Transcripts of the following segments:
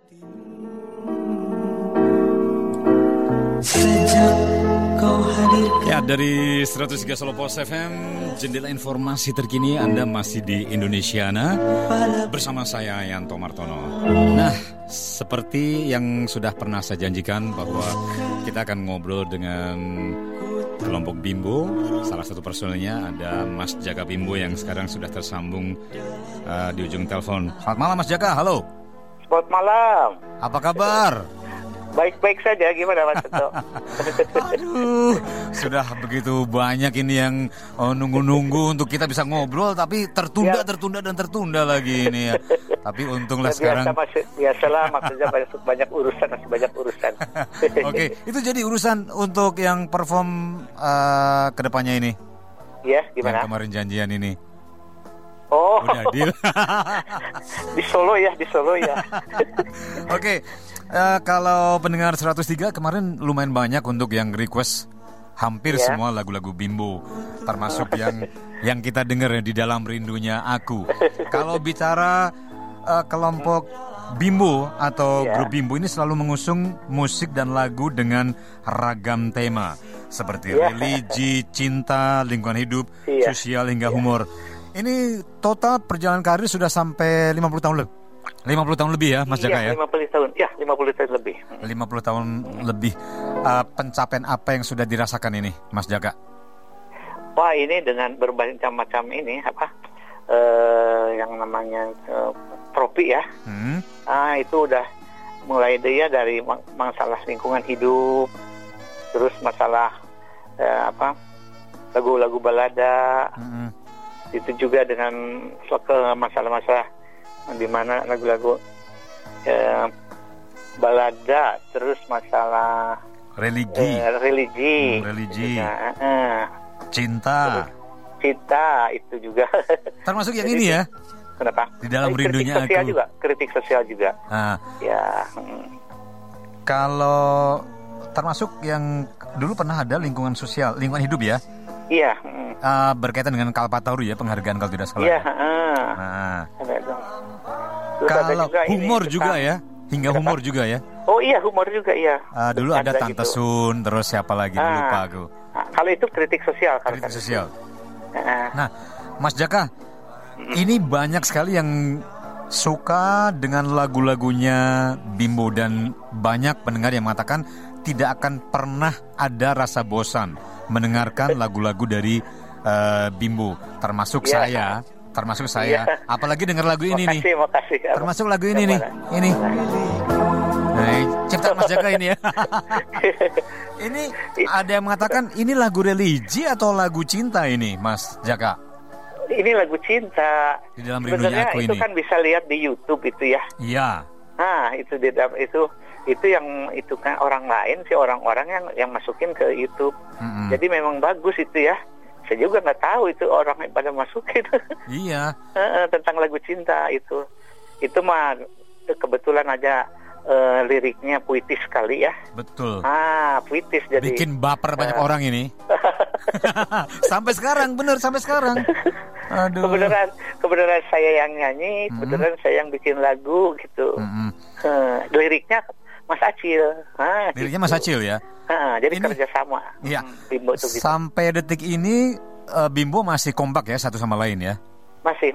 Ya, dari 103 Solo Pos FM, jendela informasi terkini Anda masih di Indonesiana bersama saya Yanto Martono. Nah, seperti yang sudah pernah saya janjikan bahwa kita akan ngobrol dengan kelompok Bimbo. Salah satu personelnya ada Mas Jaka Bimbo yang sekarang sudah tersambung di ujung telepon. Selamat malam Mas Jaka, halo. Selamat malam. Apa kabar? Baik-baik saja, gimana Mas Seto? Aduh, sudah begitu banyak ini yang nunggu-nunggu untuk kita bisa ngobrol, tapi tertunda lagi ini ya. Tapi untunglah sekarang. Biasalah, maksudnya banyak urusan, masih banyak urusan. Oke, itu jadi urusan untuk yang perform kedepannya ini. Iya, gimana? Yang kemarin janjian ini. Oh, udah deal. Di Solo ya. Oke. Kalau pendengar 103 kemarin lumayan banyak untuk yang request hampir semua lagu-lagu Bimbo, termasuk yang kita dengar di dalam rindunya aku. Kalau bicara kelompok Bimbo atau grup Bimbo ini selalu mengusung musik dan lagu dengan ragam tema seperti religi, cinta, lingkungan hidup, sosial hingga humor. Ini total perjalanan karir sudah sampai 50 tahun lebih. 50 tahun lebih ya Mas Jaka ya? 50 tahun lebih. 50 tahun lebih. Pencapaian apa yang sudah dirasakan ini Mas Jaka? Wah, ini dengan berbagai macam ini yang namanya trofi ya. Itu udah mulai dia dari masalah lingkungan hidup, terus masalah lagu-lagu balada. Itu juga dengan masalah-masalah di mana lagu-lagu balada, terus masalah religi, cinta itu juga. Termasuk yang ini ya. Kenapa? Di dalam rindunya aku. Kritik sosial juga. Ya. Kalau termasuk yang dulu pernah ada lingkungan hidup ya. Iya. Berkaitan dengan Kalpataru ya, penghargaan kalau tidak salah. Iya. Kalau humor juga ya, hingga humor juga ya. Oh iya, humor juga ya. Dulu ada Tante gitu. Sun, terus siapa lagi lupa aku. Kalau itu kritik sosial. Nah, Mas Jaka, ini banyak sekali yang suka dengan lagu-lagunya Bimbo dan banyak pendengar yang mengatakan tidak akan pernah ada rasa bosan mendengarkan lagu-lagu dari Bimbo, termasuk saya. Apalagi dengar lagu ini nih. Makasih. Termasuk lagu ini nih. Ini. Ciptaan Mas Jaka ini ya. Ini ada yang mengatakan ini lagu religi atau lagu cinta ini, Mas Jaka? Ini lagu cinta. Di dalam rindunya aku ini. Itu kan bisa lihat di YouTube itu ya. Iya. Nah, itu yang kan orang-orang yang masukin ke YouTube. Jadi memang bagus itu ya. Saya juga nggak tahu itu orang yang pada masukin. Iya. Tentang lagu cinta itu mah kebetulan aja liriknya puitis sekali ya. Betul. Puitis jadi. Bikin baper banyak orang ini. Sampai sekarang. Aduh. Kebenaran saya yang nyanyi, kebenaran saya yang bikin lagu gitu. Liriknya Mas Acil. Liriknya Mas Acil ya. Jadi kerjasama. Iya. Bimbo itu gitu. Sampai detik ini Bimbo masih kompak ya satu sama lain ya. Masih.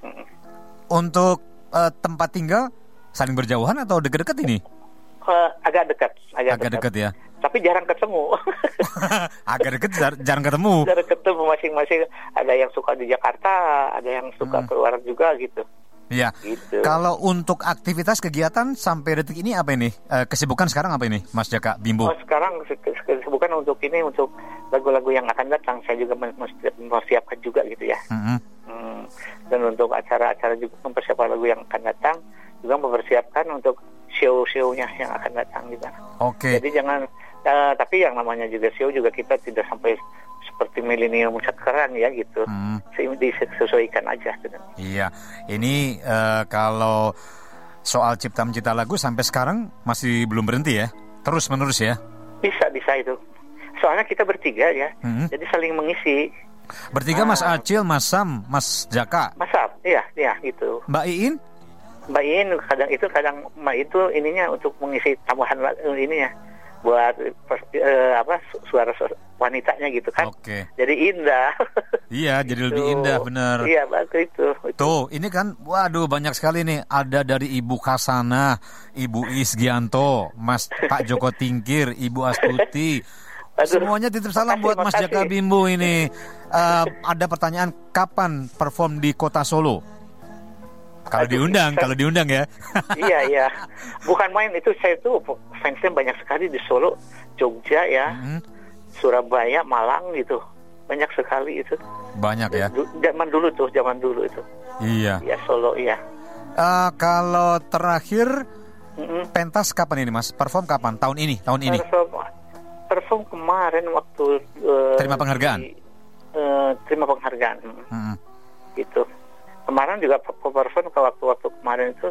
Untuk tempat tinggal saling berjauhan atau dekat-dekat ini? Agak dekat ya. Tapi jarang ketemu. Agak dekat jarang ketemu. Jarang ketemu masing-masing. Ada yang suka di Jakarta, ada yang suka keluar juga gitu. Iya. Gitu. Kalau untuk aktivitas kegiatan sampai detik ini apa ini? Kesibukan sekarang apa ini, Mas Jaka Bimbo? Sekarang kesibukan untuk lagu-lagu yang akan datang. Saya juga mempersiapkan juga gitu ya. Dan untuk acara-acara juga mempersiapkan lagu yang akan datang, juga mempersiapkan untuk show-show-nya yang akan datang juga. Oke. Jadi jangan. Tapi yang namanya juga show juga kita tidak sampai seperti milenium sekarang ya gitu. Disesuaikan aja. Gitu. Iya. Ini kalau soal cipta-mencipta lagu sampai sekarang masih belum berhenti ya? Terus menerus ya? Bisa itu. Soalnya kita bertiga ya. Jadi saling mengisi. Bertiga Mas Acil, Mas Sam, Mas Jaka. Mas Sam, iya gitu. Mbak Iin? Mbak In kadang Mbak itu ininya untuk mengisi tambahan ininya buat suara wanitanya gitu kan. Oke. Jadi indah. Iya, jadi lebih indah, benar. Iya, bagus itu. Tuh, ini kan, waduh, banyak sekali nih. Ada dari Ibu Kasana, Ibu Isgianto, Mas Pak Joko Tingkir, Ibu Astuti. Semuanya titip salam buat Mas Jaka Bimbo ini. Ada pertanyaan, kapan perform di Kota Solo? Kalau diundang ya. Iya. Bukan main itu, saya tuh fansnya banyak sekali di Solo, Jogja ya, Surabaya, Malang gitu. Banyak sekali itu. Banyak ya. Zaman dulu itu. Iya. Ya Solo iya. Kalau terakhir pentas kapan ini Mas? Perform kapan? Tahun ini. Perform kemarin waktu terima penghargaan. Terima penghargaan. Gitu. Kemarin juga perform ke waktu kemarin itu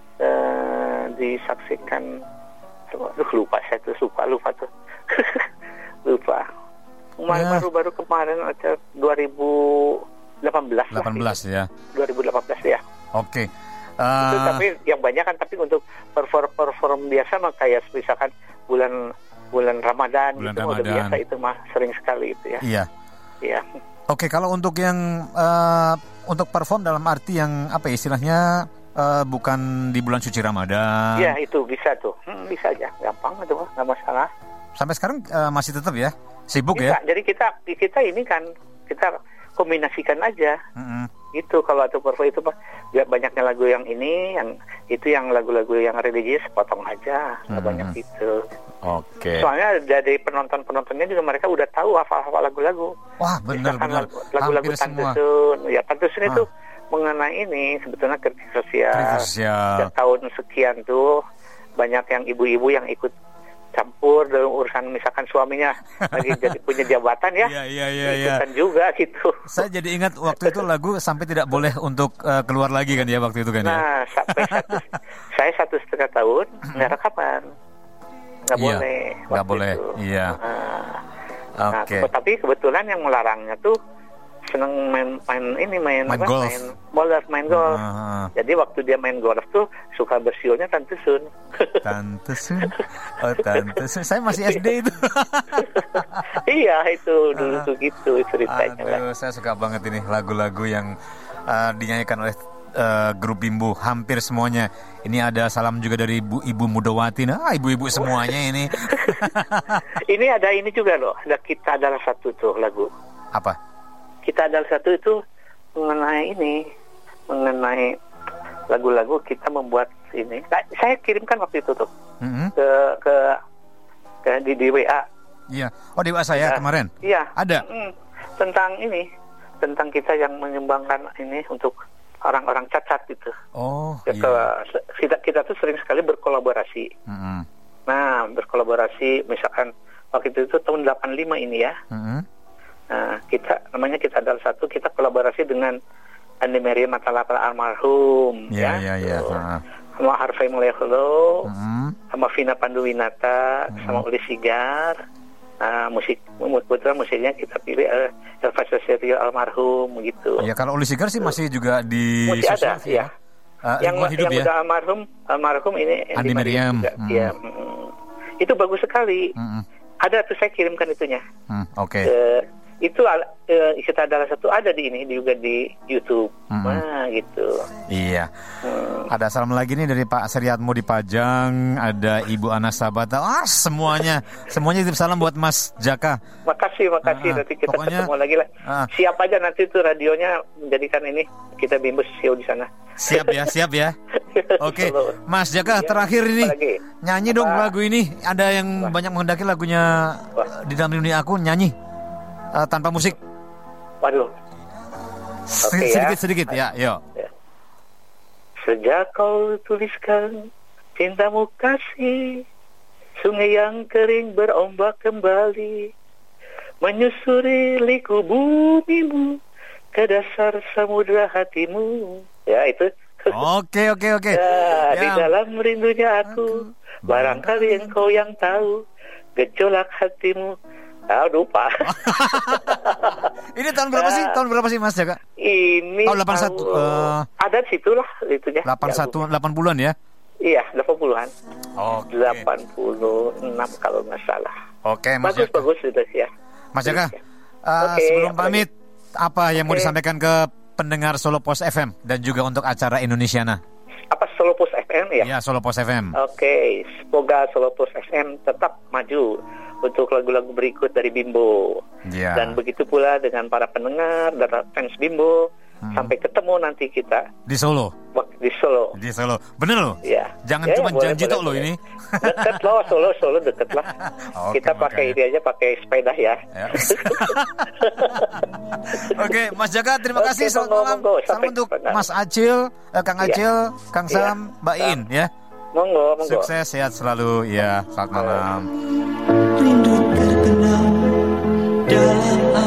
disaksikan. Lupa tuh. Lupa. Baru kemarin aja 2018 ya. 2018 ya. Oke. Itu, tapi yang banyak kan untuk perform biasa mah kayak misalkan bulan Ramadan itu udah biasa, itu mah sering sekali itu ya. Iya. Oke, kalau untuk yang untuk perform dalam arti yang apa ya, istilahnya bukan di bulan suci Ramadan. Iya, itu bisa tuh. Bisa aja, gampang itu mah, nggak masalah. Sampai sekarang masih tetap ya? Sibuk bisa, ya? Jadi kita ini kan kita kombinasikan aja. Itu kalau atau perform itu mah banyaknya lagu yang ini, yang lagu-lagu yang religius potong aja, nggak banyak itu. Oke. Soalnya dari penontonnya juga mereka udah tahu hafal lagu-lagu. Wah, benar. Lagu-lagu Tantusun. Ya, Tantusun itu mengenai ini sebetulnya kritik sosial. Tahun sekian tuh banyak yang ibu-ibu yang ikut campur dalam urusan misalkan suaminya lagi jadi punya jabatan ya. Iya. Ikutan juga gitu. Saya jadi ingat waktu itu lagu sampai tidak boleh untuk keluar lagi kan ya waktu itu kan ya. Nah, sampai saya 1,5 tahun nggak rekaman. Nggak boleh. Iya. Oke. Tapi kebetulan yang melarangnya tuh seneng main golf. Jadi waktu dia main golf tuh suka bersiulnya Tantusun. Tantusun. Saya masih SD itu. Iya, itu dulu tuh gitu ceritanya. Aduh, saya suka banget ini lagu-lagu yang dinyanyikan oleh grup Bimbo, hampir semuanya. Ini ada salam juga dari Ibu Mudawati. Nah, ibu-ibu semuanya ini. Ini ada ini juga loh. Ada Kita Adalah Satu tuh lagu. Apa? Kita Adalah Satu itu mengenai lagu-lagu kita membuat ini. Saya kirimkan waktu itu tuh ke di WA. Iya. Oh, di WA saya kemarin. Iya. Ada. Tentang kita yang menyumbangkan ini untuk orang-orang cacat gitu. Oh. Kita tuh sering sekali berkolaborasi. Nah, berkolaborasi misalkan waktu itu tahun 85 ini ya. Nah, kita Adalah Satu, kita kolaborasi dengan Andi Maria Matalapa almarhum Iya. Sama Harvey Mulyakholo, sama Vina Panduwinata, sama Uli Sigar. Musiknya kita pilih Elva Sosiatio almarhum gitu. Ya, kalau Uli Sigar sih masih juga di masih ada ya. Yang udah almarhum ini Andi Mariam. Itu bagus sekali. Ada tuh, saya kirimkan itunya. Oke. Itu Kita Adalah Satu ada juga di YouTube. Nah, gitu. Iya. Ada salam lagi nih dari Pak Sriatmo di Pajang, ada Ibu Ana Sabata. Semuanya titip salam buat Mas Jaka. Makasih. Nanti kita ketemu lagi lah. Siap aja nanti tuh radionya menjadikan ini kita Bimbo show di sana. Siap ya. Oke, Mas Jaka, terakhir ini nyanyi dong lagu ini. Ada yang banyak menghendaki lagunya Di Dalam Dunia Aku, nyanyi tanpa musik. Waduh. Sedikit ya, yuk. Sejak kau tuliskan cintamu kasih, sungai yang kering berombak kembali, menyusuri liku bumimu, ke dasar samudra hatimu. Ya, itu. Oke. Ya. Di dalam rindunya aku, barangkali engkau yang tahu gejolak hatimu Lupa. Ini tahun berapa sih? Tahun berapa sih Mas Jaka? Ini tahun 81. Ada situ lah itunya. 81 80-an ya? Iya, 80-an. Oke. 86 kalau nggak salah. Oke, Mas Jaka. Bagus itu sih ya. Mas Jaka, sebelum pamit, apa yang mau disampaikan ke pendengar Solo Pos FM dan juga untuk acara Indonesiana? Apa Solo Pos FM ya? Iya, Solo Pos FM. Oke, semoga Solo Pos FM tetap maju untuk lagu-lagu berikut dari Bimbo. Ya. Dan begitu pula dengan para pendengar dan fans Bimbo. Sampai ketemu nanti kita di Solo. Di Solo. Di Solo. Bener loh? Iya. Jangan cuma janji tok loh ini. Deket loh, Solo deket lah. Kita pakai ini aja, pakai sepeda ya. Oke, Mas Jaka, terima kasih. Selamat malam. Salam untuk Mas Acil, Kang Acil, Kang Sam, Mbak In ya. Monggo. Sukses, sehat selalu ya. Selamat malam. Rindu terkenal dalam